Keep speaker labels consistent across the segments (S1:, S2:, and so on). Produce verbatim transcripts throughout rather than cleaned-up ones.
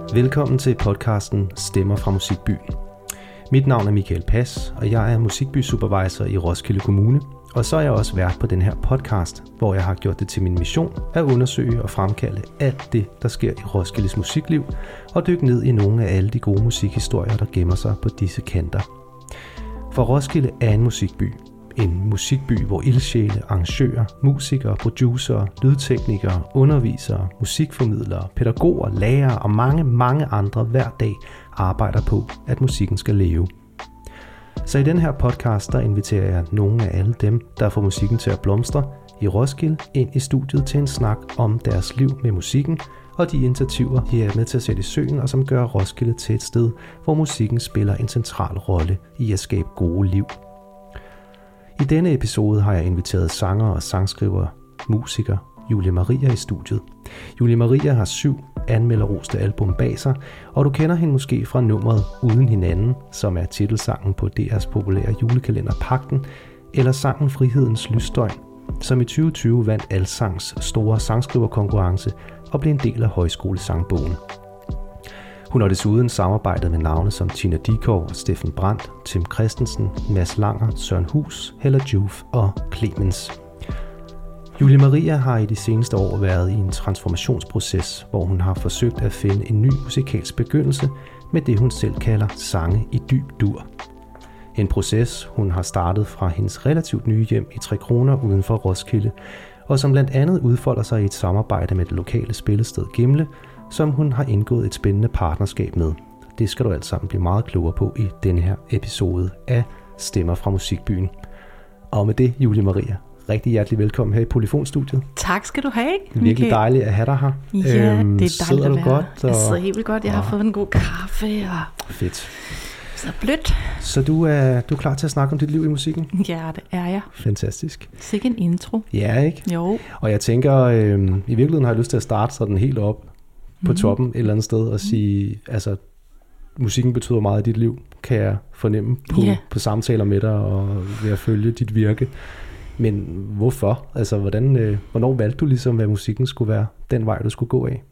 S1: Velkommen til podcasten Stemmer fra Musikbyen. Mit navn er Michael Pass, og jeg er musikby-supervisor i Roskilde Kommune. Og så er jeg også vært på den her podcast, hvor jeg har gjort det til min mission at undersøge og fremkalde alt det, der sker i Roskildes musikliv, og dykke ned i nogle af alle de gode musikhistorier, der gemmer sig på disse kanter. For Roskilde er en musikby. En musikby, hvor ildsjæle, arrangører, musikere, producerer, lydteknikere, undervisere, musikformidlere, pædagoger, lærere og mange, mange andre hver dag arbejder på, at musikken skal leve. Så i den her podcast, der inviterer jeg nogle af alle dem, der får musikken til at blomstre i Roskilde, ind i studiet til en snak om deres liv med musikken og de initiativer, de er med til at sætte i søen, og som gør Roskilde til et sted, hvor musikken spiller en central rolle i at skabe gode liv. I denne episode har jeg inviteret sanger og sangskriver, musiker Julie Maria i studiet. Julie Maria har syv anmelderroste album bag sig, og du kender hende måske fra nummeret Uden Hinanden, som er titelsangen på D R's populære julekalender Pagten, eller sangen Frihedens Lysdøgn, som i tyve tyve vandt Alsangs store sangskriverkonkurrence og blev en del af højskolesangbogen. Hun har desuden samarbejdet med navne som Tina Dickow og Steffen Brandt, Tim Christensen, Mads Langer, Søren Hus, Hella Juf og Clemens. Julie Maria har i de seneste år været i en transformationsproces, hvor hun har forsøgt at finde en ny musikalsk begyndelse med det, hun selv kalder sange i dyb dur. En proces, hun har startet fra hendes relativt nye hjem i Tre Kroner uden for Roskilde, og som blandt andet udfolder sig i et samarbejde med det lokale spillested Gimle, som hun har indgået et spændende partnerskab med. Det skal du alt sammen blive meget klogere på i denne her episode af Stemmer fra Musikbyen. Og med det, Julie Maria, rigtig hjertelig velkommen her i Polyfonstudiet.
S2: Tak skal du have,
S1: Michael. Virkelig dejligt at have dig her.
S2: Ja, øhm, det er dejligt
S1: sidder
S2: at
S1: du
S2: være
S1: godt, og...
S2: Jeg sidder helt vildt godt. Jeg har fået en god kaffe. Og...
S1: Fedt.
S2: Så blødt.
S1: Så du er, du er klar til at snakke om dit liv i musikken?
S2: Ja, det er jeg.
S1: Fantastisk.
S2: Sikke en intro.
S1: Ja, ikke?
S2: Jo.
S1: Og jeg tænker, øh, i virkeligheden har jeg lyst til at starte sådan helt op på toppen et eller andet sted og sige, altså musikken betyder meget i dit liv, kan jeg fornemme på, yeah. på samtaler med dig og ved at følge dit virke. Men hvorfor? Altså, hvordan, øh, hvornår valgte du ligesom, at musikken skulle være den vej, du skulle gå af?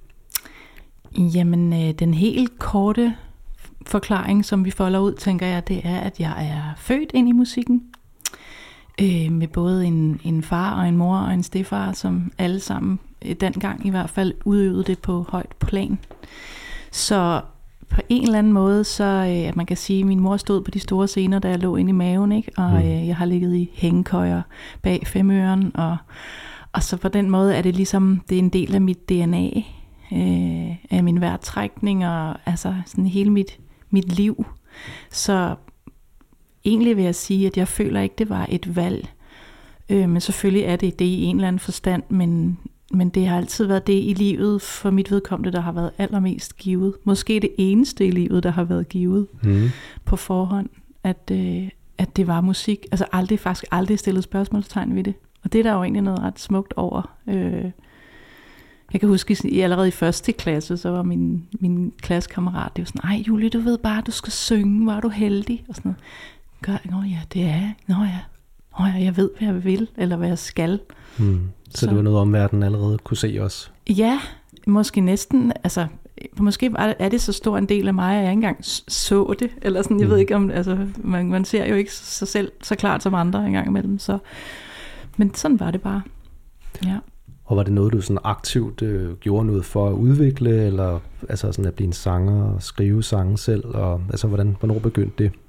S2: Jamen, øh, den helt korte forklaring, som vi folder ud, tænker jeg, det er, at jeg er født ind i musikken. Øh, med både en, en far og en mor og en stefar, som alle sammen dengang i hvert fald udøvede det på højt plan. Så på en eller anden måde, så at man kan sige, at min mor stod på de store scener, da jeg lå inde i maven, ikke? Og mm. øh, jeg har ligget i hængekøjer bag Femøren, og, og så på den måde er det ligesom, det er en del af mit D N A, øh, af min vejrtrækning, og altså sådan hele mit, mit liv. Så egentlig vil jeg sige, at jeg føler ikke, det var et valg, øh, men selvfølgelig er det det i en eller anden forstand, men Men det har altid været det i livet, for mit vedkommende, der har været allermest givet. Måske det eneste i livet, der har været givet mm. på forhånd, at, øh, at det var musik. Altså aldrig, faktisk aldrig stillet spørgsmålstegn ved det. Og det er der jo egentlig noget ret smukt over. Øh, jeg kan huske, at allerede i første klasse, så var min, min klassekammerat, det var sådan, ej Julie, du ved bare, du skal synge, var du heldig? Og sådan noget. Gør, nå ja, det er jeg. Nå ja. Nå ja, jeg ved, hvad jeg vil, eller hvad jeg skal.
S1: Mm. Så, så det var noget, omverdenen allerede kunne se også?
S2: Ja, måske næsten. Altså, måske er det så stor en del af mig, at jeg ikke engang så det. Eller sådan, jeg mm. ved ikke om, altså, man, man ser jo ikke sig selv så klart som andre en gang imellem. Så. Men sådan var det bare. Ja.
S1: Og var det noget, du sådan aktivt øh, gjorde noget for at udvikle, eller altså sådan at blive en sanger og skrive sange selv? Og, altså, hvordan, hvornår begyndte det?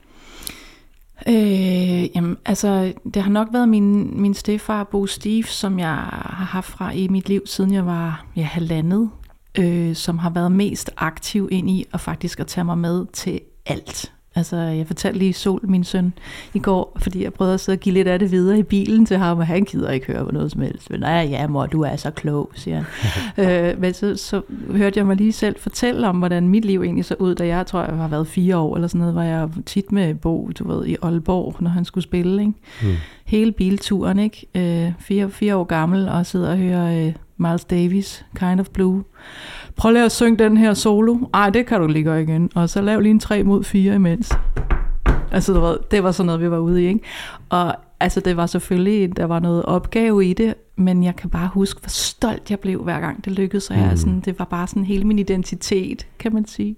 S2: Øh, jamen, altså, det har nok været min, min stefar, Bo Steve, som jeg har haft fra i mit liv, siden jeg var ja, halvandet, øh, som har været mest aktiv ind i, og faktisk at tage mig med til alt. Altså, jeg fortalte lige Sol, min søn, i går, fordi jeg prøvede at sidde og give lidt af det videre i bilen til ham, og han gider ikke høre på noget som helst. Men nej, ja mor, du er så klog, siger han. øh, men så, så hørte jeg mig lige selv fortælle om, hvordan mit liv egentlig så ud, da jeg tror, jeg har været fire år, eller sådan noget, var jeg tit med Bo, du ved, i Aalborg, når han skulle spille, ikke? Mm. Hele bilturen, ikke? Øh, fire, fire år gammel, og sidder og hører øh, Miles Davis, Kind of Blue. Prøv lige at synge den her solo. Ej, det kan du lige gøre igen. Og så lav lige en tre mod fire imens. Altså, du ved, det var sådan noget, vi var ude i, ikke? Og altså, det var selvfølgelig, der var noget opgave i det, men jeg kan bare huske, hvor stolt jeg blev, hver gang det lykkedes. Og jeg, mm. sådan, det var bare sådan hele min identitet, kan man sige.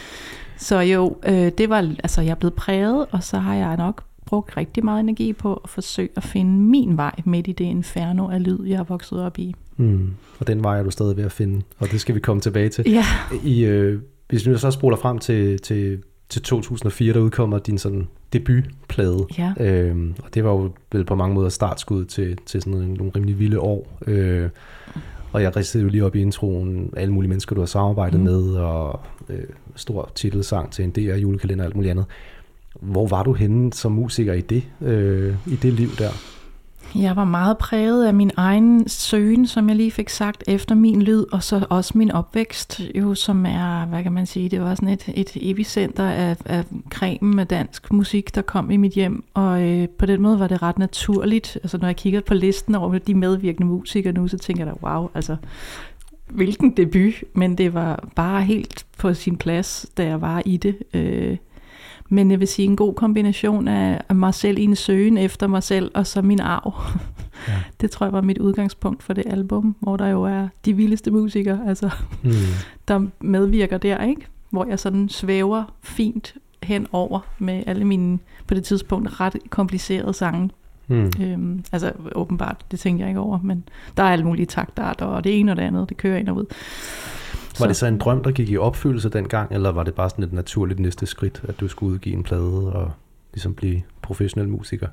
S2: Så jo, øh, det var, altså jeg er blevet præget, og så har jeg nok brugt rigtig meget energi på at forsøge at finde min vej midt i det inferno af lyd, jeg er vokset op i.
S1: Mm. Og den vej er du stadig ved at finde, og det skal vi komme tilbage til.
S2: Ja.
S1: I, øh, hvis vi så spoler frem til, til, til to tusind og fire, der udkommer din sådan debutplade.
S2: Ja.
S1: Øhm, og det var jo vel på mange måder startskud til, til sådan nogle, nogle rimelig vilde år. Øh, og jeg ridsede jo lige op i introen alle mulige mennesker, du har samarbejdet mm. med, og øh, stor titelsang til en D R julekalender og alt muligt andet. Hvor var du henne som musiker i det, øh, i det liv der?
S2: Jeg var meget præget af min egen søgen, som jeg lige fik sagt, efter min lyd, og så også min opvækst, jo, som er, hvad kan man sige, det var sådan et, et epicenter af, af cremen med dansk musik, der kom i mit hjem, og øh, på den måde var det ret naturligt. Altså når jeg kigger på listen over de medvirkende musikere nu, så tænker jeg da, wow, altså hvilken debut, men det var bare helt på sin plads, da jeg var i det. Øh, Men jeg vil sige en god kombination af mig selv i en søgen efter mig selv, og så min arv. Ja. Det tror jeg var mit udgangspunkt for det album, hvor der jo er de vildeste musikere, altså, mm. der medvirker der, ikke? Hvor jeg sådan svæver fint henover med alle mine, på det tidspunkt, ret komplicerede sange. Mm. Øhm, altså åbenbart, det tænker jeg ikke over, men der er alle mulige taktarter, og det ene og det andet, det kører ind og ud.
S1: Var det så en drøm, der gik i opfyldelse dengang, eller var det bare sådan et naturligt næste skridt, at du skulle udgive en plade og ligesom blive professionel musiker?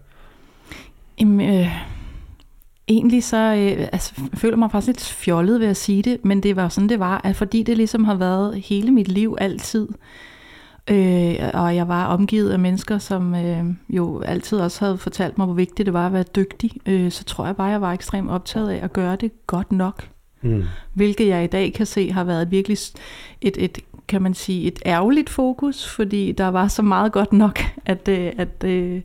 S2: Jamen, øh, egentlig så øh, altså, jeg føler mig faktisk lidt fjollet ved at sige det, men det var sådan, det var, at fordi det ligesom har været hele mit liv altid, øh, og jeg var omgivet af mennesker, som øh, jo altid også havde fortalt mig, hvor vigtigt det var at være dygtig, øh, så tror jeg bare, jeg var ekstremt optaget af at gøre det godt nok. Mm. Hvilket jeg i dag kan se har været et virkelig et, et, kan man sige, et ærgerligt fokus, fordi der var så meget godt nok, at, at det,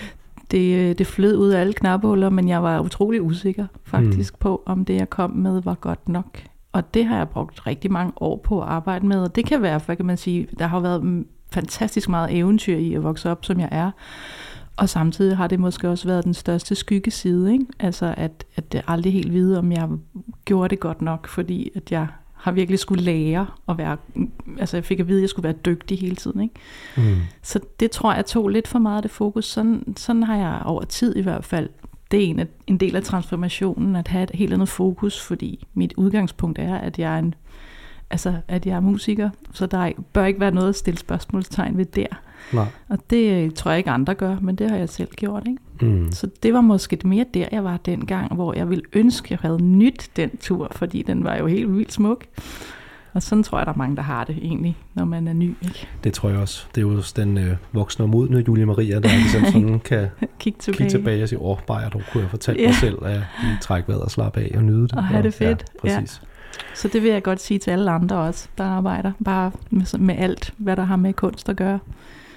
S2: det, det flød ud af alle knaphuller, men jeg var utrolig usikker faktisk mm. på, om det jeg kom med var godt nok. Og det har jeg brugt rigtig mange år på at arbejde med, og det kan være, hvad kan man sige, der har været fantastisk meget eventyr i at vokse op, som jeg er. Og samtidig har det måske også været den største skyggeside, ikke? Altså at, at det aldrig helt vide, om jeg gjorde det godt nok, fordi at jeg har virkelig skulle lære at være, altså jeg fik at vide, at jeg skulle være dygtig hele tiden, ikke? Mm. Så det tror jeg tog lidt for meget af det fokus. Sådan, sådan har jeg over tid i hvert fald, det er en, af, en del af transformationen, at have et helt andet fokus, fordi mit udgangspunkt er, at jeg er en, altså at jeg er musiker, så der bør ikke være noget at stille spørgsmålstegn ved der. Nej. Og det tror jeg ikke andre gør, men det har jeg selv gjort, ikke? Mm. Så det var måske mere der, jeg var dengang, hvor jeg ville ønske, jeg havde nyt den tur, fordi den var jo helt vildt smuk. Og sådan tror jeg, der er mange, der har det egentlig, når man er ny, ikke?
S1: Det tror jeg også. Det er jo den øh, voksne og modne Julie Maria, der ligesom sådan kan
S2: kigge tilbage.
S1: kigge tilbage og sige, åh, oh, bare jeg dog kunne have fortalt ja. mig selv, at jeg ville trække vejret og slappe af og nyde det.
S2: Og have det fedt.
S1: Ja, præcis. Ja.
S2: Så det vil jeg godt sige til alle andre også, der arbejder bare med, med alt, hvad der har med kunst at gøre.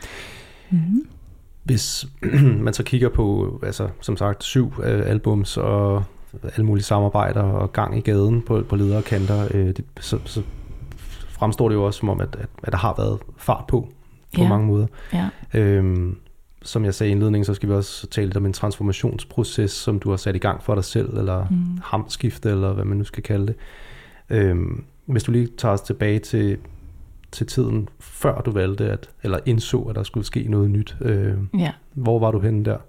S2: Mm-hmm.
S1: Hvis man så kigger på, altså som sagt, syv øh, albums og alle mulige samarbejder og gang i gaden på, på ledere og kanter, øh, det, så, så fremstår det jo også som om, at, at, at der har været fart på, på
S2: ja.
S1: mange måder.
S2: Ja.
S1: Øhm, som jeg sagde i indledningen, så skal vi også tale lidt om en transformationsproces, som du har sat i gang for dig selv, eller mm. hamskifte, eller hvad man nu skal kalde det. Øhm, hvis du lige tager os tilbage til til tiden, før du valgte, at, eller indså, at der skulle ske noget nyt. Øh,
S2: ja.
S1: Hvor var du henne der?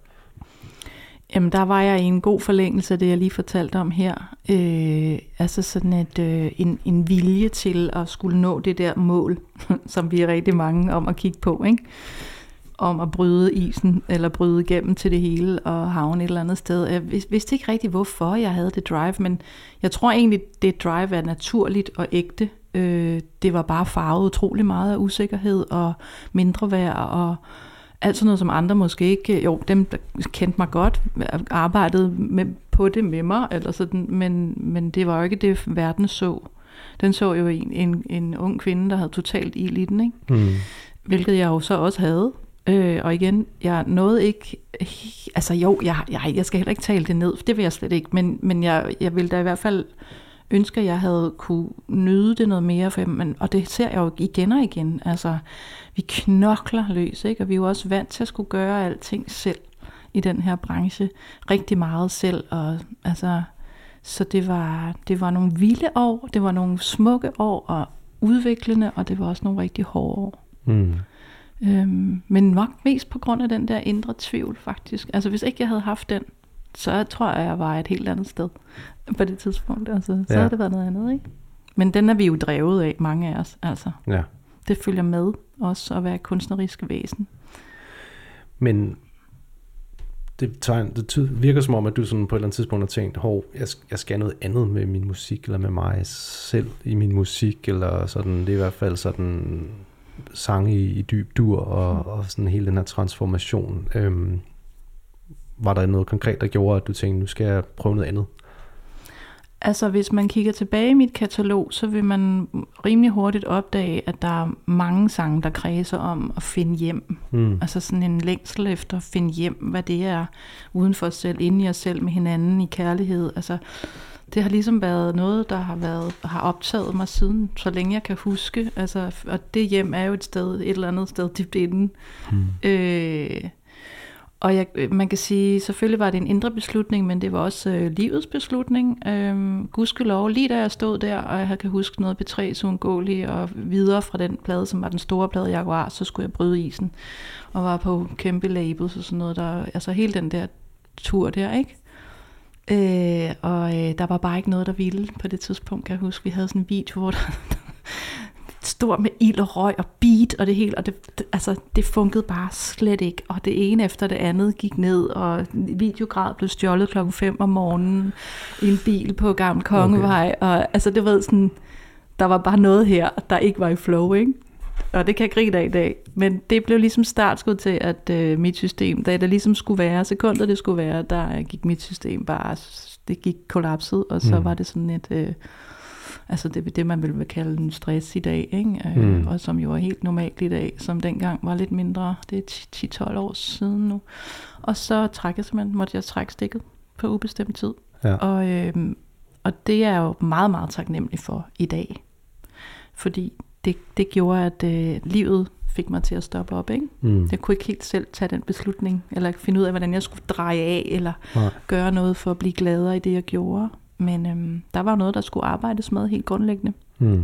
S2: Jamen, der var jeg i en god forlængelse af det, jeg lige fortalte om her. Øh, altså sådan et, øh, en, en vilje til at skulle nå det der mål, som vi er rigtig mange om at kigge på, ikke? Om at bryde isen, eller bryde igennem til det hele, og havne et eller andet sted. Jeg vidste ikke rigtig, hvorfor jeg havde det drive, men jeg tror egentlig, det drive er naturligt og ægte. Øh, det var bare farvet utrolig meget af usikkerhed og mindre værd, og alt sådan noget, som andre måske ikke, jo, dem der kendte mig godt, arbejdede med, på det med mig, eller sådan, men, men det var jo ikke det, verden så. Den så jo en, en, en ung kvinde, der havde totalt ild i den, ikke? Mm. Hvilket jeg jo så også havde. Øh, og igen, jeg nåede ikke, altså jo, jeg, jeg, jeg skal heller ikke tale det ned, for det vil jeg slet ikke, men, men jeg, jeg ville da i hvert fald ønske, at jeg havde kunne nyde det noget mere, for, men, og det ser jeg jo igen og igen, altså vi knokler løs, ikke? Og vi er jo også vant til at skulle gøre alting selv i den her branche, rigtig meget selv, og altså Så det var, det var nogle vilde år, det var nogle smukke år og udviklende, og det var også nogle rigtig hårde år. Mm. Øhm, men nok mest på grund af den der indre tvivl faktisk. Altså hvis ikke jeg havde haft den, så tror jeg, jeg var et helt andet sted på det tidspunkt. Altså, så ja. havde det været noget andet, ikke? Men den er vi jo drevet af, mange af os. Altså. Ja. Det følger med også at være et kunstnerisk væsen.
S1: Men det, tegn, det virker som om, at du sådan på et eller andet tidspunkt har tænkt, hov, jeg, jeg skal noget andet med min musik, eller med mig selv i min musik, eller sådan, det er i hvert fald sådan sange i, i dyb dur, og, mm. og sådan hele den her transformation. Øhm, var der noget konkret, der gjorde, at du tænkte, nu skal jeg prøve noget andet?
S2: Altså hvis man kigger tilbage i mit katalog, så vil man rimelig hurtigt opdage, at der er mange sange, der kredser om at finde hjem. Mm. Altså sådan en længsel efter at finde hjem, hvad det er uden for os selv, inde i os selv med hinanden i kærlighed. Altså det har ligesom været noget, der har været har optaget mig siden, så længe jeg kan huske. Altså, og det hjem er jo et sted, et eller andet sted dybt inden. Mm. Øh, Og jeg, man kan sige, selvfølgelig var det en indre beslutning, men det var også øh, livets beslutning. Øhm, gudskelov, lige da jeg stod der, og jeg kan huske noget P tre uundgåeligt, og videre fra den plade, som var den store plade Jaguar, så skulle jeg bryde isen, og var på kæmpe labels og sådan noget. Der, altså hele den der tur der, ikke? Øh, og øh, der var bare ikke noget, der ville på det tidspunkt, kan jeg huske. Vi havde sådan en video, hvor der stor med ild og røg og beat og det hele, og det, det, altså, det funkede bare slet ikke, og det ene efter det andet gik ned, og videograd blev stjålet klokken fem om morgenen i en bil på Gammel Kongevej, okay. Og altså det ved sådan, der var bare noget her, der ikke var i flow, ikke? Og det kan jeg grine af i dag, men det blev ligesom startskud til, at øh, mit system, da det ligesom skulle være, sekundet det skulle være, der gik mit system bare, det gik kollapset, og så mm. var det sådan et øh, altså det det, man vil kalde en stress i dag, ikke? Mm. Øh, og som jo er helt normalt i dag, som dengang var lidt mindre, det er ti til tolv år siden nu. Og så træk jeg simpelthen, måtte jeg trække stikket på ubestemt tid. Ja. Og, øh, og det er jeg jo meget, meget taknemmelig for i dag. Fordi det, det gjorde, at øh, livet fik mig til at stoppe op, ikke? Mm. Jeg kunne ikke helt selv tage den beslutning, eller finde ud af, hvordan jeg skulle dreje af, eller Nej. gøre noget for at blive gladere i det, jeg gjorde. Men øhm, der var noget, der skulle arbejdes med helt grundlæggende. Mm.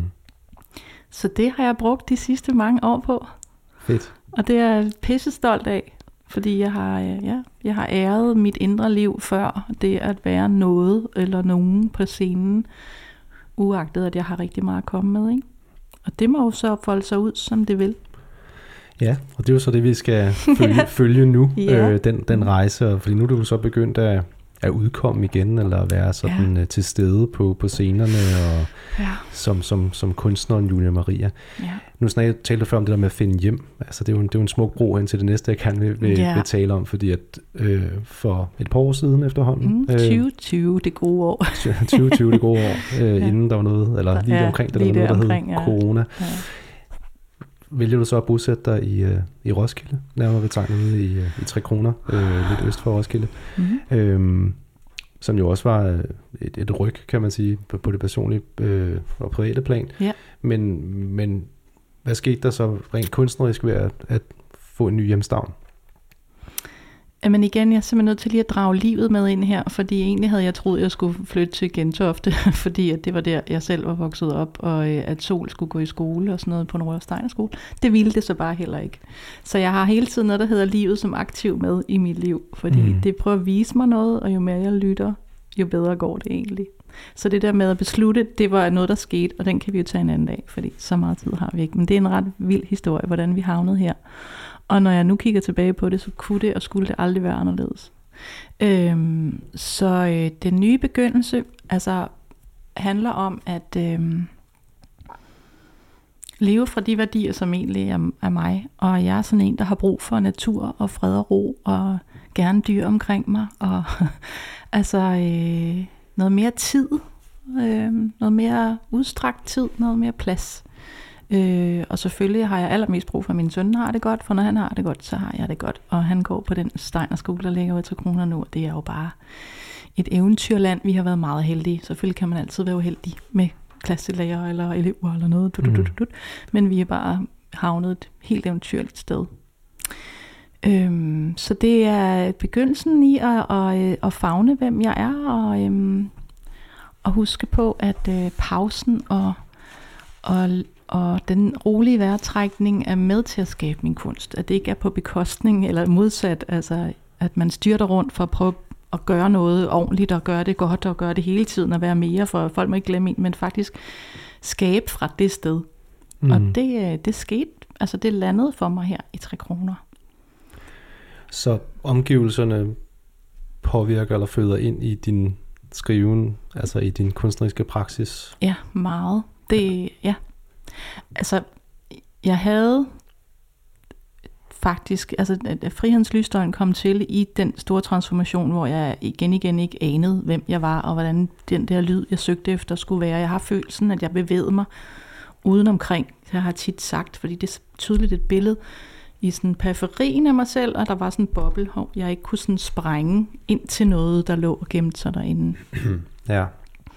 S2: Så det har jeg brugt de sidste mange år på.
S1: Fedt.
S2: Og det er jeg pisse stolt af, fordi jeg har, ja, jeg har æret mit indre liv før det at være noget eller nogen på scenen, uagtet at jeg har rigtig meget at komme med, ikke? Og det må jo så folde sig ud, som det vil.
S1: Ja, og det er jo så det, vi skal følge, følge nu, ja. øh, den, den rejse. Fordi nu er du så begyndt at at udkomme igen, eller være sådan ja. til stede på, på scenerne, og ja. som, som, som kunstneren Julia Maria. Ja. Nu snakkede jeg talte før om det der med at finde hjem. Altså, det er jo en, det er jo en smuk bro ind til det næste, jeg kan vil, vil, ja. vil tale om, fordi at øh, for et par år siden efterhånden.
S2: Mm, tyve tyve, det gode år.
S1: tyve tyve, det gode år, øh, ja. inden der var noget, eller lige ja, omkring det, der var noget, der omkring, hed ja. corona. Ja. Vælger du så at bosætte dig i, uh, i Roskilde, nærmere betegnet ude i, uh, i Tre Kroner, øh, lidt øst for Roskilde, mm-hmm. øhm, som jo også var et, et ryg, kan man sige, på, på det personlige øh, og private plan. Ja. Men, men hvad skete der så rent kunstnerisk ved at, at få en ny hjemstavn?
S2: Men igen, jeg er simpelthen nødt til lige at drage livet med ind her, fordi egentlig havde jeg troet, at jeg skulle flytte til Gentofte, fordi at det var der, jeg selv var vokset op, og at Sol skulle gå i skole og sådan noget på Nordre Steinerskole. Det ville det så bare heller ikke. Så jeg har hele tiden noget, der hedder livet som aktiv med i mit liv, fordi mm. det prøver at vise mig noget, og jo mere jeg lytter, jo bedre går det egentlig. Så det der med at beslutte, det var noget, der skete, og den kan vi jo tage en anden dag, fordi så meget tid har vi ikke. Men det er en ret vild historie, hvordan vi havnede her. Og når jeg nu kigger tilbage på det, så kunne det og skulle det aldrig være anderledes. Øhm, så øh, den nye begyndelse altså handler om at øh, leve fra de værdier, som egentlig er, er mig. Og jeg er sådan en, der har brug for natur og fred og ro, og gerne dyr omkring mig. Og altså øh, noget mere tid, øh, noget mere udstrakt tid, noget mere plads. Øh, og selvfølgelig har jeg allermest brug for, at min søn har det godt, for når han har det godt, så har jeg det godt. Og han går på den Steinerskole, der ligger ved Tre Kroner nu, og det er jo bare et eventyrland. Vi har været meget heldige. Selvfølgelig kan man altid være uheldig med klasselærer eller elever eller noget. Du, du, du, du, du. Men vi er bare havnet et helt eventyrligt sted. Øhm, så det er begyndelsen i at, at, at favne, hvem jeg er, og, øhm, at huske på, at øh, pausen og, og, og den rolige vejrtrækning er med til at skabe min kunst. At det ikke er på bekostning eller modsat, altså at man styrter rundt for at prøve at gøre noget ordentligt og gøre det godt og gøre det hele tiden og være mere, for folk må ikke glemme en, men faktisk skabe fra det sted. Mm. Og det, det skete, altså det landede for mig her i Tre Kroner.
S1: Så omgivelserne påvirker eller føder ind i din skriven, altså i din kunstneriske praksis?
S2: Ja, meget. Det, ja. Altså, jeg havde faktisk, altså Frihedens Lysdøgn kom til i den store transformation, hvor jeg igen igen ikke anede, hvem jeg var, og hvordan den der lyd, jeg søgte efter, skulle være. Jeg har følelsen, at jeg bevægede mig udenomkring. Jeg har tit sagt, fordi det er tydeligt et billede i sådan periferien af mig selv, og der var sådan en boble, hvor jeg ikke kunne sådan sprænge ind til noget, der lå og gemte sig derinde.
S1: Ja.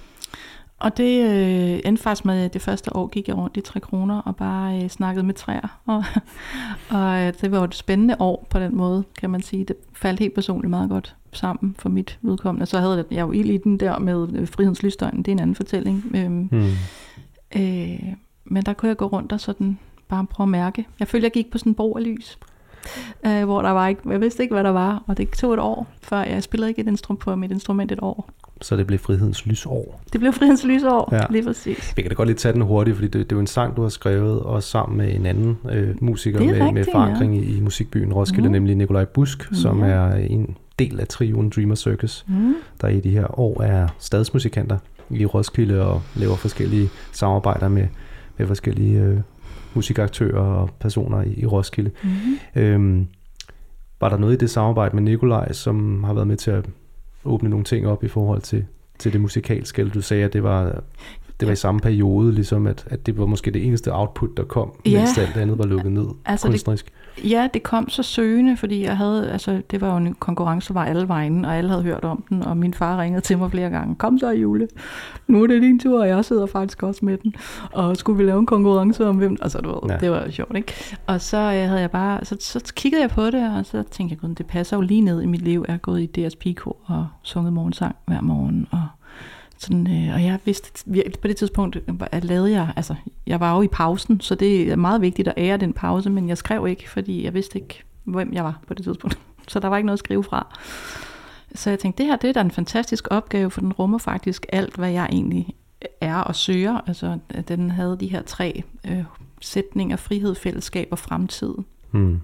S2: Og det øh, endte faktisk med, det første år gik jeg rundt i Tre Kroner og bare øh, snakkede med træer. Og, og øh, det var jo et spændende år på den måde, kan man sige. Det faldt helt personligt meget godt sammen for mit vedkommende. Så havde jeg jo ild i den der med øh, Frihedens Lysdøgn, det er en anden fortælling. Øhm, hmm. øh, men der kunne jeg gå rundt og sådan bare prøve at mærke. Jeg følte, jeg gik på sådan en bro af lys, øh, hvor der var ikke, jeg vidste ikke, hvad der var. Og det tog et år, før jeg spillede ikke et instrument på mit instrument et år.
S1: Så det blev Frihedens Lysår.
S2: Det blev Frihedens Lysår, ja. Lige præcis.
S1: Vi kan da godt lige tage den hurtigt, fordi det, det er jo en sang, du har skrevet, også sammen med en anden øh, musiker med,
S2: rigtigt,
S1: med forankring
S2: ja.
S1: i, i musikbyen Roskilde, mm. nemlig Nikolaj Busk, mm. som er en del af trioen Dreamer Circus, mm. der i de her år er stadsmusikanter i Roskilde og laver forskellige samarbejder med, med forskellige øh, musikaktører og personer i, i Roskilde. Mm. Øhm, var der noget i det samarbejde med Nikolaj, som har været med til at åbne nogle ting op i forhold til, til det musikalske, eller du sagde, at det var, det var i samme periode, ligesom at, at det var måske det eneste output, der kom, ja. Mens alt andet var lukket ned altså kunstnerisk.
S2: Det, ja, det kom så søgende, fordi jeg havde, altså det var jo en konkurrence, var alle vejen, og alle havde hørt om den, og min far ringede til mig flere gange, kom så Jule, nu er det din tur, og jeg sidder faktisk også med den, og skulle vi lave en konkurrence om hvem, altså du ved, ja. Det var sjovt, ikke? Og så øh, havde jeg bare, så, så kiggede jeg på det, og så tænkte jeg, det passer jo lige ned i mit liv, jeg er gået i D S P-kor og sunget morgensang hver morgen, og sådan, øh, og jeg vidste virkelig på det tidspunkt, at lavede jeg, altså jeg var jo i pausen, så det er meget vigtigt at ære den pause, men jeg skrev ikke, fordi jeg vidste ikke, hvem jeg var på det tidspunkt, så der var ikke noget at skrive fra. Så jeg tænkte, det her, det er da en fantastisk opgave, for den rummer faktisk alt, hvad jeg egentlig er og søger. Altså, den havde de her tre øh, sætninger, frihed, fællesskab og fremtid. Hmm.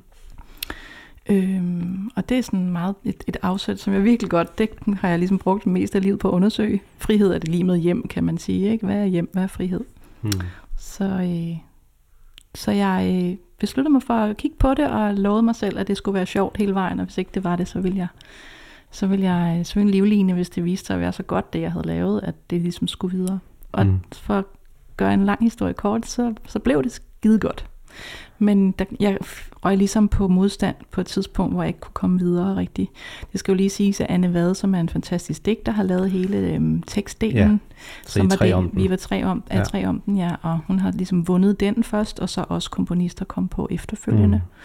S2: Øhm, og det er sådan meget et, et afsæt, som jeg virkelig godt, det har jeg ligesom brugt mest af livet på at undersøge. Frihed er det lige med hjem, kan man sige, ikke? Hvad er hjem, hvad er frihed? Hmm. Så, øh, så jeg øh, besluttede mig for at kigge på det, og lovede mig selv, at det skulle være sjovt hele vejen, og hvis ikke det var det, så ville jeg så ville jeg søge en livline, hvis det viste sig at være så godt, det jeg havde lavet, at det ligesom skulle videre. Og hmm. for at gøre en lang historie kort, så, så blev det skide godt. Men der, jeg røg ligesom på modstand på et tidspunkt, hvor jeg ikke kunne komme videre rigtigt. Det skal jo lige siges, at Anne Vade, som er en fantastisk digter, har lavet hele øhm, tekstdelen. Ja, som var det, vi var tre om, ja. tre om den, ja. Og hun har ligesom vundet den først, og så også komponister kom på efterfølgende. Mm.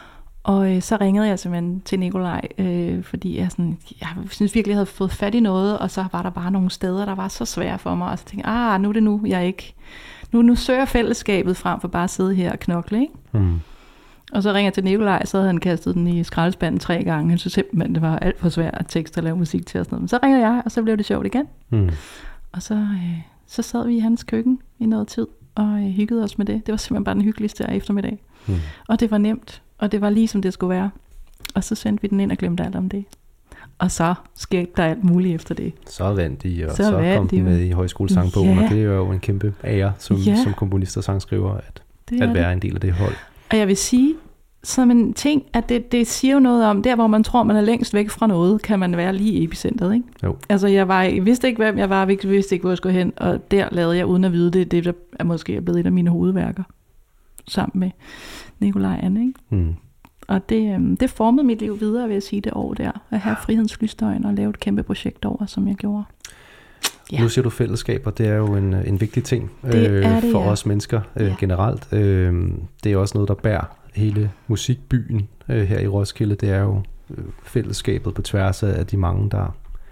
S2: Og øh, så ringede jeg simpelthen til Nikolaj, øh, fordi jeg, sådan, jeg synes virkelig, jeg havde fået fat i noget, og så var der bare nogle steder, der var så svære for mig, og så tænkte jeg, ah, nu er det nu, jeg ikke... Nu, nu søger fællesskabet frem for bare at sidde her og knokle, ikke? Mm. Og så ringer jeg til Nikolaj, så havde han kastet den i skraldespanden tre gange. Han synes simpelthen, det var alt for svært at tekst og lave musik til og sådan noget. Men så ringer jeg, og så blev det sjovt igen. Mm. Og så, øh, så sad vi i hans køkken i noget tid, og øh, hyggede os med det. Det var simpelthen bare den hyggeligste af eftermiddag. Mm. Og det var nemt, og det var lige som det skulle være. Og så sendte vi den ind og glemte alt om det. Og så skete der alt muligt efter det.
S1: Så vandt de, og så, så kom de med i højskolesangbogen, ja. Og det er jo en kæmpe ære som, ja. som komponist og sangskriver, at, at være en del af det hold.
S2: Og jeg vil sige, som en ting, at det, det siger jo noget om, der hvor man tror, man er længst væk fra noget, kan man være lige i epicentret, ikke? Jo. Altså jeg, var, jeg vidste ikke, hvem jeg var, jeg vidste ikke, hvor jeg skulle hen, og der lavede jeg, uden at vide det, det der er måske blevet et af mine hovedværker, sammen med Nikolaj Anne, ikke? Mm. Og det, det formede mit liv videre, vil jeg sige, det år der. At have Frihedens Lysdøgn og lave et kæmpe projekt over, som jeg gjorde.
S1: Ja. Nu siger du fællesskaber, det er jo en, en vigtig ting øh, det, for ja. os mennesker øh, ja. generelt. Øh, det er også noget, der bærer hele musikbyen øh, her i Roskilde. Det er jo øh, fællesskabet på tværs af de mange, der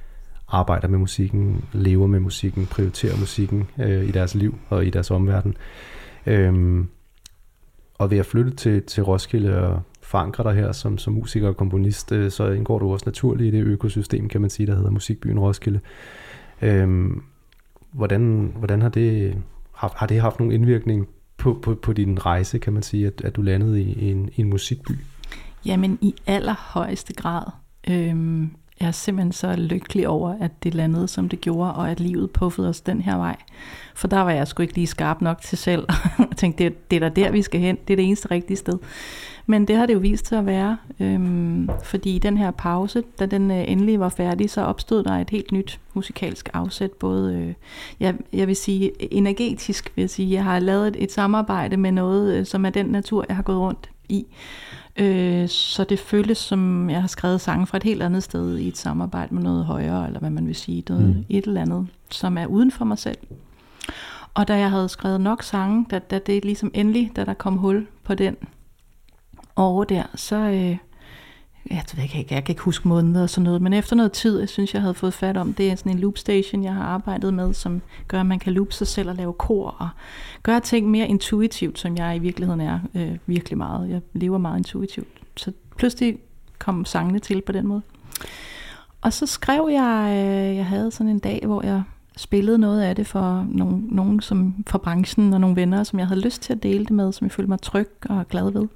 S1: arbejder med musikken, lever med musikken, prioriterer musikken øh, i deres liv og i deres omverden. Øhm, og ved at flytte til, til Roskilde og forankre dig her som, som musiker og komponist, øh, så indgår du også naturligt i det økosystem, kan man sige, der hedder Musikbyen Roskilde. Øhm, hvordan, hvordan har det haft, har det haft nogen indvirkning på, på, på din rejse, kan man sige, at, at du landede i, i, en, i en musikby?
S2: Jamen i allerhøjeste grad. Øhm, jeg er simpelthen så lykkelig over, at det landede, som det gjorde, og at livet puffede os den her vej. For der var jeg sgu ikke lige skarp nok til selv. Jeg tænkte, det, det er da der, vi skal hen. Det er det eneste rigtige sted. Men det har det jo vist sig at være. Øhm, fordi i den her pause, da den øh, endelig var færdig, så opstod der et helt nyt musikalsk afsæt. Både, øh, jeg, jeg vil sige, energetisk vil jeg sige. Jeg har lavet et, et samarbejde med noget, øh, som er den natur, jeg har gået rundt i. Øh, så det føles som, jeg har skrevet sange fra et helt andet sted i et samarbejde med noget højere, eller hvad man vil sige, noget, mm. et eller andet, som er uden for mig selv. Og da jeg havde skrevet nok sange, da, da det ligesom endelig, da der kom hul på den over der, så, øh, jeg, ved ikke, jeg kan ikke huske måneder og sådan noget, men efter noget tid, jeg synes, jeg havde fået fat om, det er sådan en loopstation, jeg har arbejdet med, som gør, at man kan loope sig selv og lave kor, og gøre ting mere intuitivt, som jeg i virkeligheden er øh, virkelig meget. Jeg lever meget intuitivt. Så pludselig kom sangene til på den måde. Og så skrev jeg, øh, jeg havde sådan en dag, hvor jeg spillede noget af det for nogen, nogen som, fra branchen og nogle venner, som jeg havde lyst til at dele det med, som jeg følte mig tryg og glad ved.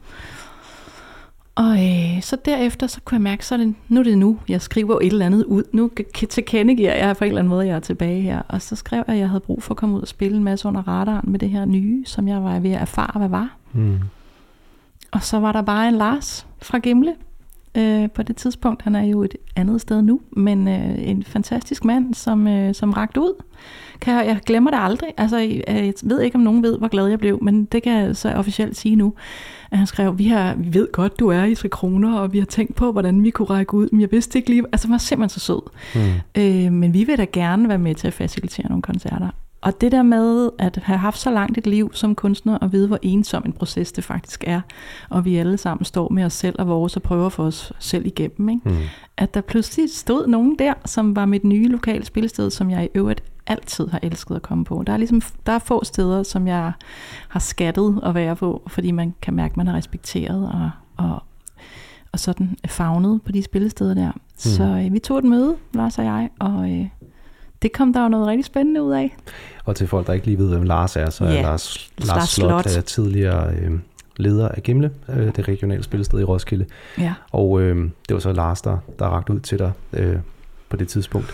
S2: Og øh, så derefter, så kunne jeg mærke, så er det, nu er det nu, jeg skriver et eller andet ud. Nu tilkendegiver jeg på en eller anden måde, jeg er tilbage her. Og så skrev jeg, at jeg havde brug for at komme ud og spille en masse under radaren med det her nye, som jeg var ved at erfare, hvad var. Mm. Og så var der bare en Lars fra Gimle øh, på det tidspunkt. Han er jo et andet sted nu, men øh, en fantastisk mand, som, øh, som rakte ud. Kan jeg, jeg glemmer det aldrig. Altså, jeg, jeg ved ikke, om nogen ved, hvor glad jeg blev, men det kan jeg så officielt sige nu. At han skrev, vi, har, vi ved godt, du er i Tre Kroner, og vi har tænkt på, hvordan vi kunne række ud, men jeg vidste ikke lige, altså han var simpelthen så sød. Mm. Øh, men vi vil da gerne være med til at facilitere nogle koncerter. Og det der med at have haft så langt et liv som kunstner, og vide, hvor ensom en proces det faktisk er, og vi alle sammen står med os selv og vores og prøver for os selv igennem, ikke? Mm. At der pludselig stod nogen der, som var mit nye lokale spillested, som jeg i øvrigt altid har elsket at komme på. Der er ligesom der er få steder, som jeg har skattet at være på, fordi man kan mærke, at man er respekteret og, og, og sådan favnet på de spillesteder der. Mm. Så øh, vi tog et møde, Lars og jeg, og øh, det kom der jo noget rigtig spændende ud af. Og til folk, der ikke lige ved, hvem Lars er, så er yeah. Lars, Lars, Lars Slot, Slot. tidligere øh, leder af Gimle, øh, det regionale spillested i Roskilde. Yeah. Og øh, det var så Lars, der, der rakte ud til dig øh, på det tidspunkt.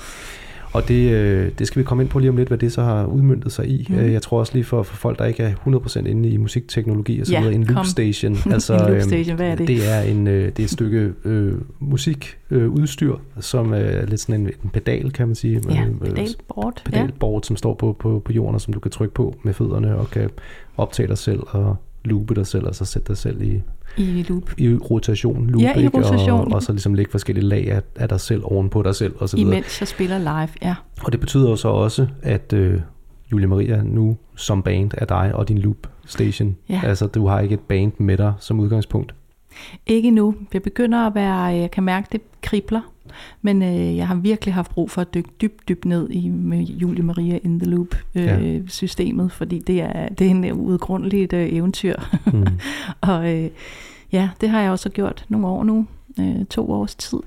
S2: Og det, øh, det skal vi komme ind på lige om lidt, hvad det så har udmøntet sig i. Mm. Jeg tror også lige for, for folk, der ikke er hundrede procent inde i musikteknologi og så videre, ja, en loopstation. Altså, en loopstation, hvad er det? Det er, en, det er et stykke øh, musikudstyr, øh, som er lidt sådan en, en pedal, kan man sige. Ja, pedalboard.
S1: Pedalboard, ja. Som står på, på, på jorden, og som du kan trykke på med fødderne og kan optage dig selv og loope dig selv, og så sætte dig selv i...
S2: I loop.
S1: I rotation, loop,
S2: ja, i rotation.
S1: Og, og så ligesom lægge forskellige lag af, af dig selv ovenpå dig selv og så videre.
S2: Imens jeg spiller live, ja.
S1: Og det betyder jo så også, at øh, Julie Maria nu som band er dig og din loop station. Ja. Altså, du har ikke et band med dig som udgangspunkt. Ikke nu. Jeg begynder at være, jeg kan mærke, det kribler. Men øh, jeg har virkelig haft brug for at dykke dybt, dybt ned i med Julie Maria in the Loop øh, ja. systemet, fordi det er, det er en udgrundeligt øh, eventyr. Mm. og øh, ja, det har jeg også gjort nogle år nu, øh, to års tid.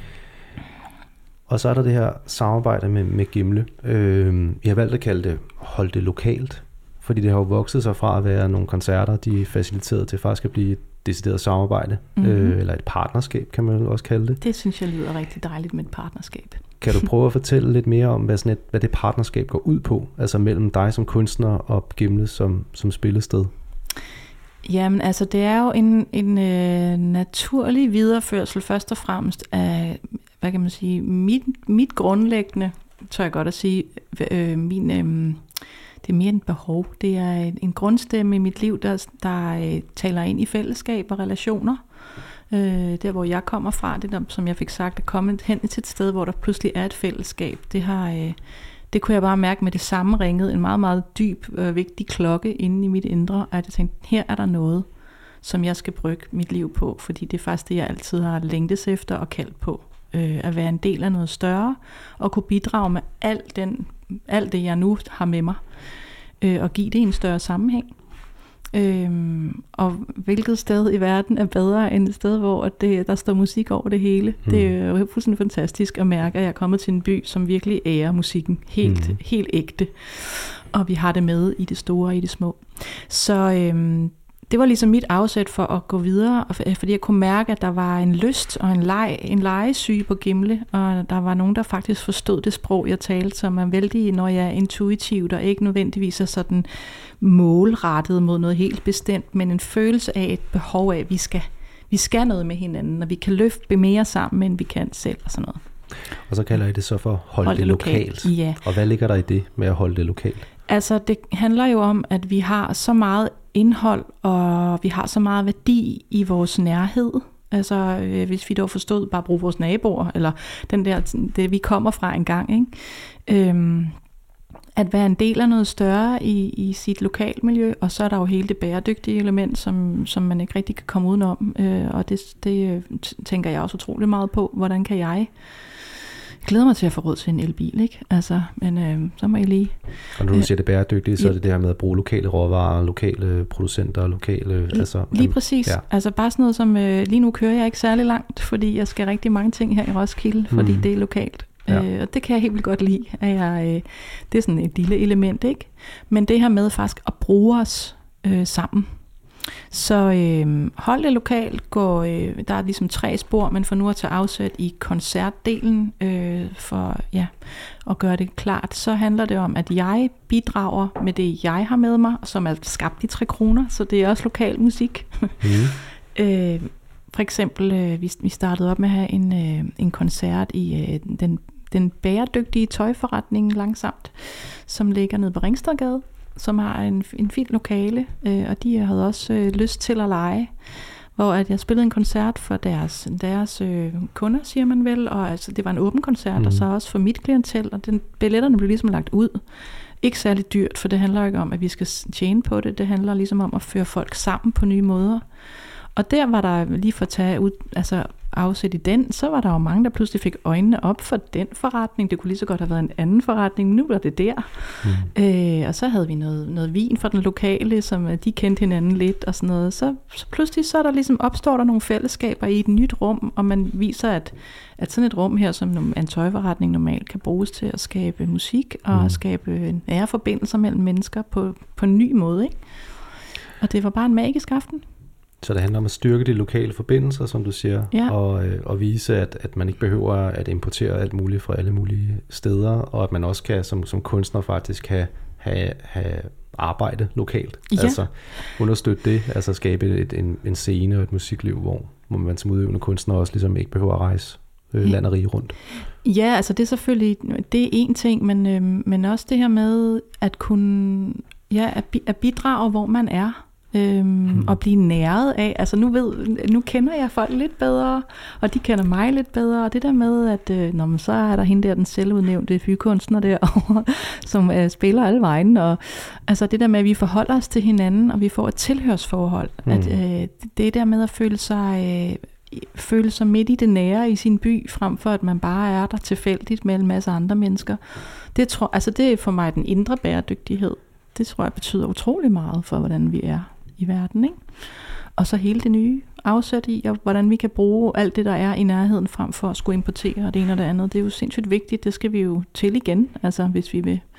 S1: Og så er der det her samarbejde med, med Gimle. Øh, jeg har valgt at kalde det Hold det lokalt, fordi det har jo vokset sig fra at være nogle koncerter, de er faciliteret til faktisk at blive et decideret samarbejde, mm-hmm. øh, eller et partnerskab, kan man også kalde det. Det synes jeg lyder rigtig dejligt med et partnerskab. Kan du prøve at fortælle lidt mere om, hvad, sådan et, hvad det partnerskab går ud på, altså mellem dig som kunstner og Gimle som, som spillested? Jamen altså, det er jo en, en øh, naturlig videreførsel først og fremmest af, hvad kan man sige, mit, mit grundlæggende, tør jeg godt at sige, øh, min... Øh, det er mere et behov. Det er en grundstemme i mit liv, der, der taler ind i fællesskab og relationer. Øh, der, hvor jeg kommer fra, det der, som jeg fik sagt, at komme hen til et sted, hvor der pludselig er et fællesskab. Det, har, øh, det kunne jeg bare mærke med det samme ringede. En meget, meget dyb og øh, vigtig klokke inde i mit indre, at jeg tænkte, her er der noget, som jeg skal brygge mit liv på, fordi det er faktisk det, jeg altid har længtes efter og kaldt på.
S2: øh, at være en del af noget større, og kunne bidrage med alt, den, alt det, jeg nu har med mig, øh, og give det en større sammenhæng. Øhm, og hvilket sted i verden er bedre end et sted, hvor det, der står musik over det hele. Mm. Det er jo fuldstændig fantastisk at mærke, at jeg er kommet til en by, som virkelig ærer musikken helt, mm. helt ægte. Og vi har det med i det store og i det små. Så øhm, det var ligesom mit afsæt for at gå videre, fordi jeg kunne mærke, at der var en lyst og en leg, en legesyge på Gimle, og der var nogen, der faktisk forstod det sprog, jeg talte, som er vældig, når jeg er intuitivt og ikke nødvendigvis er sådan målrettet mod noget helt bestemt, men en følelse af et behov af, at vi skal, vi skal noget med hinanden, og vi kan løfte mere sammen, end vi kan selv og sådan noget.
S1: Og så kalder I det så for hold, hold det lokalt.
S2: lokalt. Ja.
S1: Og hvad ligger der i det med at holde det lokalt?
S2: Altså det handler jo om, at vi har så meget indhold, og vi har så meget værdi i vores nærhed. Altså øh, hvis vi dog forstod bare at bruge vores naboer, eller den der, det vi kommer fra en gang, ikke? Øhm, at være en del af noget større i, i sit lokalmiljø, og så er der jo hele det bæredygtige element, som, som man ikke rigtig kan komme udenom, øh, og det, det tænker jeg også utrolig meget på, hvordan kan jeg glæder mig til at få råd til en elbil, ikke? Altså, men øh, så må I lige...
S1: Og når du siger det bæredygtige, så er det det her med at bruge lokale råvarer, lokale producenter, lokale...
S2: Lige,
S1: altså,
S2: lige præcis.
S1: Ja.
S2: Altså bare sådan noget som... Øh, lige nu kører jeg ikke særlig langt, fordi jeg skal rigtig mange ting her i Roskilde, fordi mm. det er lokalt. Ja. Øh, og det kan jeg helt vildt godt lide. At jeg, øh, det er sådan et lille element, ikke? Men det her med faktisk at bruge os øh, sammen. Så øh, hold det lokalt, går, øh, der er ligesom tre spor, men for nu at tage afsæt i koncertdelen, øh, for ja, at gøre det klart, så handler det om, at jeg bidrager med det, jeg har med mig, som er skabt i tre kroner, så det er også lokal musik. Mm. øh, for eksempel, øh, vi, vi startede op med at have en, øh, en koncert i øh, den, den bæredygtige tøjforretning Langsomt, som ligger nede på Ringstedgade, som har en, en fin lokale, øh, og de havde også øh, lyst til at lege, hvor at jeg spillede en koncert for deres, deres øh, kunder, siger man vel, og altså, det var en åben koncert, mm. og så også for mit klientel, og den, billetterne blev ligesom lagt ud. Ikke særlig dyrt, for det handler ikke om, at vi skal tjene på det, det handler ligesom om at føre folk sammen på nye måder. Og der var der lige for at tage ud, altså afsæt i den, så var der jo mange, der pludselig fik øjnene op for den forretning. Det kunne lige så godt have været en anden forretning, nu var det der. Mm. Øh, og så havde vi noget, noget vin fra den lokale, som de kendte hinanden lidt og sådan noget. Så, så pludselig så er der ligesom, opstår der nogle fællesskaber i et nyt rum, og man viser, at, at sådan et rum her, som en tøjforretning normalt kan bruges til at skabe musik og mm. skabe nære forbindelser mellem mennesker på, på en ny måde, ikke? Og det var bare en magisk aften.
S1: Så det handler om at styrke de lokale forbindelser, som du siger,
S2: ja.
S1: og, øh, og vise, at, at man ikke behøver at importere alt muligt fra alle mulige steder, og at man også kan som, som kunstner faktisk have, have, have arbejde lokalt.
S2: Ja.
S1: Altså understøtte det, altså skabe et, en, en scene og et musikliv, hvor, hvor man som udøvende kunstner også ligesom ikke behøver at rejse øh, land og rige rundt. Ja,
S2: altså det er selvfølgelig, det er en ting, men, øh, men også det her med at kunne, ja, at, at bidrage, hvor man er. Øhm, hmm. og blive næret af, altså nu ved, nu kender jeg folk lidt bedre, og de kender mig lidt bedre, og det der med, at øh, når man så er der hende der, den selvudnævnte fyrkunstner derovre, som øh, spiller alle vejen, og altså det der med, at vi forholder os til hinanden, og vi får et tilhørsforhold, hmm. at øh, det der med at føle sig, øh, føle sig midt i det nære i sin by, frem for at man bare er der tilfældigt med en masse andre mennesker, det tror, altså det er for mig den indre bæredygtighed. Det tror jeg betyder utrolig meget for, hvordan vi er i verden, ikke? Og så hele det nye afsæt i, og hvordan vi kan bruge alt det, der er i nærheden, frem for at skulle importere det ene og det andet. Det er jo sindssygt vigtigt, det skal vi jo til igen, altså hvis vi vil.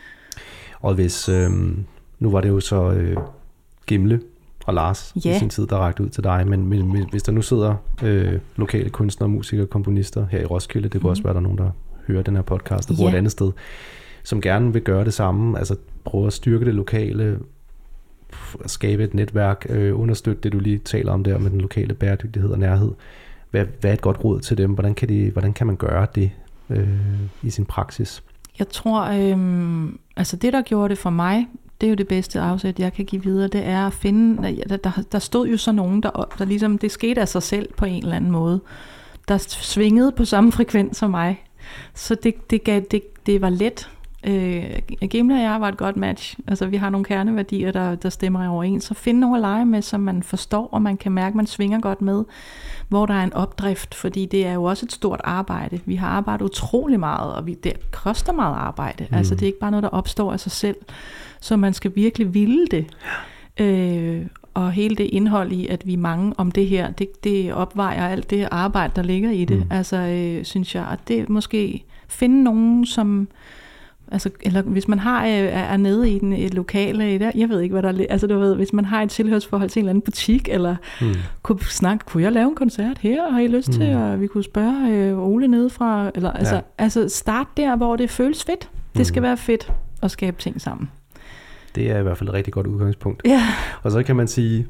S1: Og hvis, øh, nu var det jo så øh, Gimle og Lars ja. i sin tid, der rakte ud til dig, men, men hvis der nu sidder øh, lokale kunstnere, musikere, komponister her i Roskilde, det kunne mm. også være, der nogen, der hører den her podcast og bor ja. et andet sted, som gerne vil gøre det samme, altså prøve at styrke det lokale, skabe et netværk, øh, understøtte det, du lige taler om der med den lokale bæredygtighed og nærhed. Hvad, hvad er et godt råd til dem? Hvordan kan, de, hvordan kan man gøre det øh, i sin praksis?
S2: Jeg tror, øh, altså det, der gjorde det for mig, det er jo det bedste afsæt, jeg kan give videre, det er at finde, der, der, der stod jo så nogen, der, der ligesom, det skete af sig selv på en eller anden måde, der svingede på samme frekvens som mig. Så det, det, gav, det, det var let Øh, Gimle og jeg var et godt match. Altså, vi har nogle kerneværdier, der, der stemmer overens. Så finde nogle at lege med, som man forstår, og man kan mærke, man svinger godt med, hvor der er en opdrift, fordi det er jo også et stort arbejde. Vi har arbejdet utrolig meget, og vi, det koster meget arbejde. Mm. Altså, det er ikke bare noget, der opstår af sig selv. Så man skal virkelig ville det. Øh, og hele det indhold i, at vi er mange om det her, det, det opvejer alt det arbejde, der ligger i det. Mm. Altså, øh, synes jeg, at det måske finde nogen, som... Altså, eller hvis man har, er nede i den, et lokale, der, jeg ved ikke, hvad der er, altså du ved, hvis man har et tilhørsforhold til en eller anden butik, eller mm. kunne snakke, kunne jeg lave en koncert her, har I lyst mm. til, og vi kunne spørge øh, Ole nede fra, eller altså, ja. altså start der, hvor det føles fedt. Det skal mm. være fedt at skabe ting sammen.
S1: Det er i hvert fald et rigtig godt udgangspunkt.
S2: Ja.
S1: Og så kan man sige,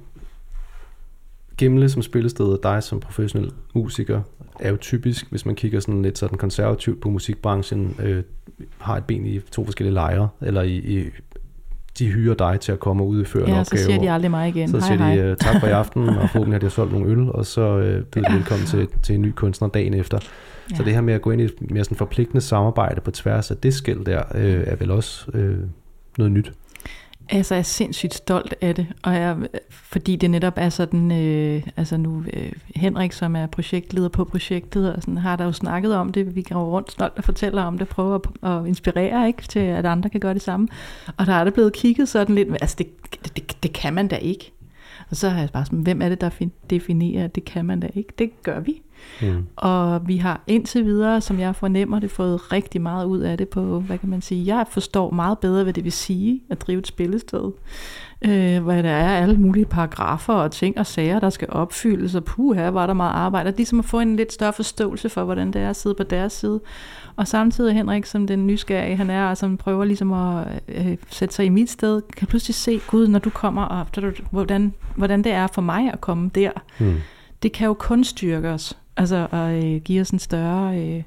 S1: Gimle som spillested og dig som professionel musiker, er jo typisk, hvis man kigger sådan lidt sådan konservativt på musikbranchen, øh, har et ben i to forskellige lejre, eller i, i de hyrer dig til at komme og udføre en
S2: ja,
S1: opgave.
S2: Så siger de aldrig mig igen.
S1: Så
S2: hej,
S1: siger
S2: hej.
S1: de tak for i aften, og forhåbentlig har de solgt nogle øl, og så øh, byder de velkommen til, til en ny kunstner dagen efter. Ja. Så det her med at gå ind i et mere sådan forpligtende samarbejde på tværs af det skel der, øh, er vel også øh, noget nyt.
S2: Altså, jeg er sindssygt stolt af det, og jeg, fordi det netop er sådan, øh, altså nu øh, Henrik, som er projektleder på projektet, og sådan, har der jo snakket om det, vi går rundt stolt og fortæller om det, prøver at, at inspirere, ikke, til at andre kan gøre det samme, og der er det blevet kigget sådan lidt, altså det, det, det kan man da ikke, og så har jeg bare sådan, hvem er det, der definerer, at det kan man da ikke, det gør vi. Mm. Og vi har indtil videre, som jeg fornemmer det, fået rigtig meget ud af det på, hvad kan man sige, jeg forstår meget bedre, hvad det vil sige at drive et spillested, øh, hvor der er alle mulige paragrafer og ting og sager, der skal opfyldes, og puh, her var der meget arbejde, og ligesom at få en lidt større forståelse for, hvordan det er at sidde på deres side, og samtidig Henrik, som den nysgerrige han er, og som prøver ligesom at øh, sætte sig i mit sted, kan pludselig se, gud, når du kommer, og hvordan, hvordan det er for mig at komme der, mm. det kan jo kun styrke os. Altså at øh, give os en større, øh,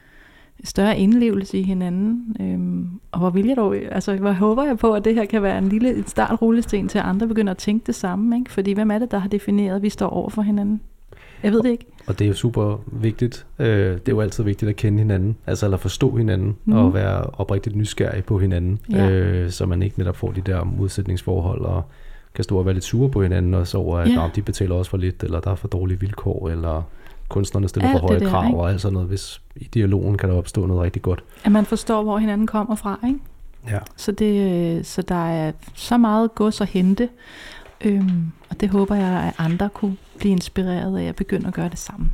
S2: større indlevelse i hinanden. Øhm, og hvor vil jeg dog, altså hvor håber jeg på, at det her kan være en lille startrullesten til, at andre begynder at tænke det samme. Ikke? Fordi hvem er det, der har defineret, at vi står over for hinanden? Jeg ved det ikke.
S1: Og det er jo super vigtigt. Øh, det er jo altid vigtigt at kende hinanden, altså eller forstå hinanden, mm. og være oprigtigt nysgerrig på hinanden, ja. øh, så man ikke netop får de der modsætningsforhold, og kan stå og være lidt sure på hinanden, også over, at ja. de betaler også for lidt, eller der er for dårlige vilkår, eller kunstnerne stiller alt for høje der, krav, ikke? Og alt sådan noget. Hvis i dialogen kan der opstå noget rigtig godt.
S2: At man forstår, hvor hinanden kommer fra, ikke?
S1: Ja.
S2: Så, det, så der er så meget gods at hente, øhm, og det håber jeg, at andre kunne blive inspireret af at begynde at gøre det samme.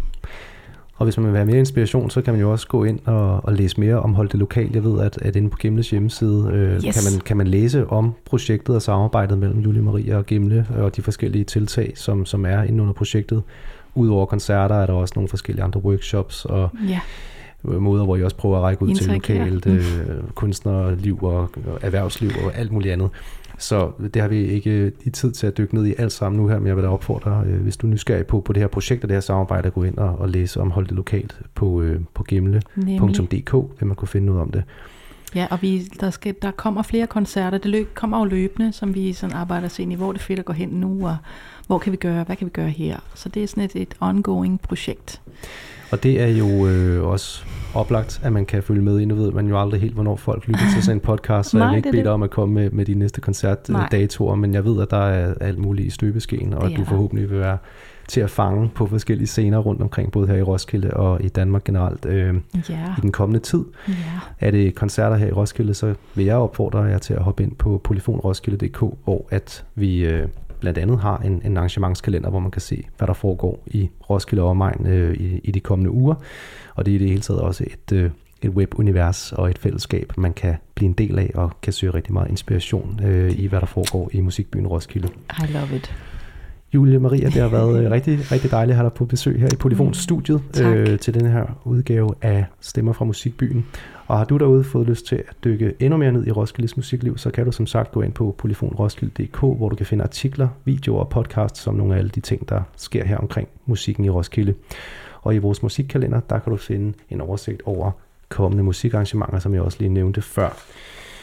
S1: Og hvis man vil have mere inspiration, så kan man jo også gå ind og, og læse mere om Hold det Lokalt. Jeg ved, at, at inde på Gimles hjemmeside øh, yes. kan, man, kan man læse om projektet og samarbejdet mellem Julie Marie og Gimle, og de forskellige tiltag, som, som er inde under projektet. Udover koncerter er der også nogle forskellige andre workshops og ja. måder, hvor I også prøver at række ud Indtryk, til lokalt ja. mm. øh, kunstnerliv og, og erhvervsliv og alt muligt andet. Så det har vi ikke i tid til at dykke ned i alt sammen nu her, men jeg vil da opfordre, øh, hvis du er nysgerrig på, på det her projekt og det her samarbejde, at gå ind og, og læse om Hold det Lokalt på, øh, på gimle punktum d k, vil man kunne finde noget om det.
S2: Ja, og vi, der, skal, der kommer flere koncerter. Det løb, kommer jo løbende, som vi sådan arbejder os ind i. Hvor det er fedt at gå hen nu, og hvor kan vi gøre, hvad kan vi gøre her? Så det er sådan et, et ongoing projekt.
S1: Og det er jo øh, også oplagt, at man kan følge med i. Nu ved man jo aldrig helt, hvornår folk lytter til sådan en podcast, så Nej, jeg vil ikke bede dig om at komme med, med de næste koncertdatoer, men jeg ved, at der er alt muligt i støbeskeen, og at du forhåbentlig vil være til at fange på forskellige scener rundt omkring, både her i Roskilde og i Danmark generelt, øh, yeah. i den kommende tid.
S2: Yeah.
S1: Er det koncerter her i Roskilde, så vil jeg opfordre jer til at hoppe ind på polyfon roskilde punktum d k, hvor at vi øh, blandt andet har en, en arrangementskalender, hvor man kan se, hvad der foregår i Roskilde og omegn øh, i, i de kommende uger. Og det er i det hele taget også et, øh, et webunivers og et fællesskab, man kan blive en del af og kan søge rigtig meget inspiration øh, i, hvad der foregår i musikbyen Roskilde.
S2: I love it.
S1: Julie Maria, det har været rigtig, rigtig dejligt at have dig på besøg her i Polyfon-studiet øh, til den her udgave af Stemmer fra Musikbyen. Og har du derude fået lyst til at dykke endnu mere ned i Roskildes musikliv, så kan du som sagt gå ind på polyfon roskilde punktum d k, hvor du kan finde artikler, videoer og podcasts om nogle af alle de ting, der sker her omkring musikken i Roskilde. Og i vores musikkalender, der kan du finde en oversigt over kommende musikarrangementer, som jeg også lige nævnte før.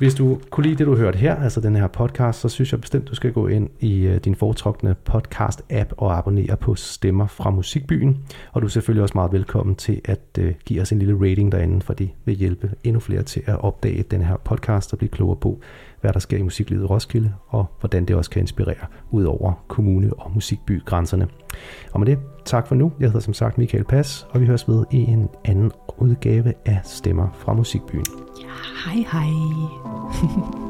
S1: Hvis du kunne lide det, du hørte her, altså den her podcast, så synes jeg bestemt, du skal gå ind i uh, din foretrukne podcast-app og abonnere på Stemmer fra Musikbyen. Og du er selvfølgelig også meget velkommen til at uh, give os en lille rating derinde, for det vil hjælpe endnu flere til at opdage den her podcast og blive klogere på, hvad der sker i musiklivet i Roskilde, og hvordan det også kan inspirere ud over kommune- og musikbygrænserne. Og med det, tak for nu. Jeg hedder som sagt Michael Pass, og vi høres ved i en anden udgave af Stemmer fra Musikbyen.
S2: Ja, hej hej.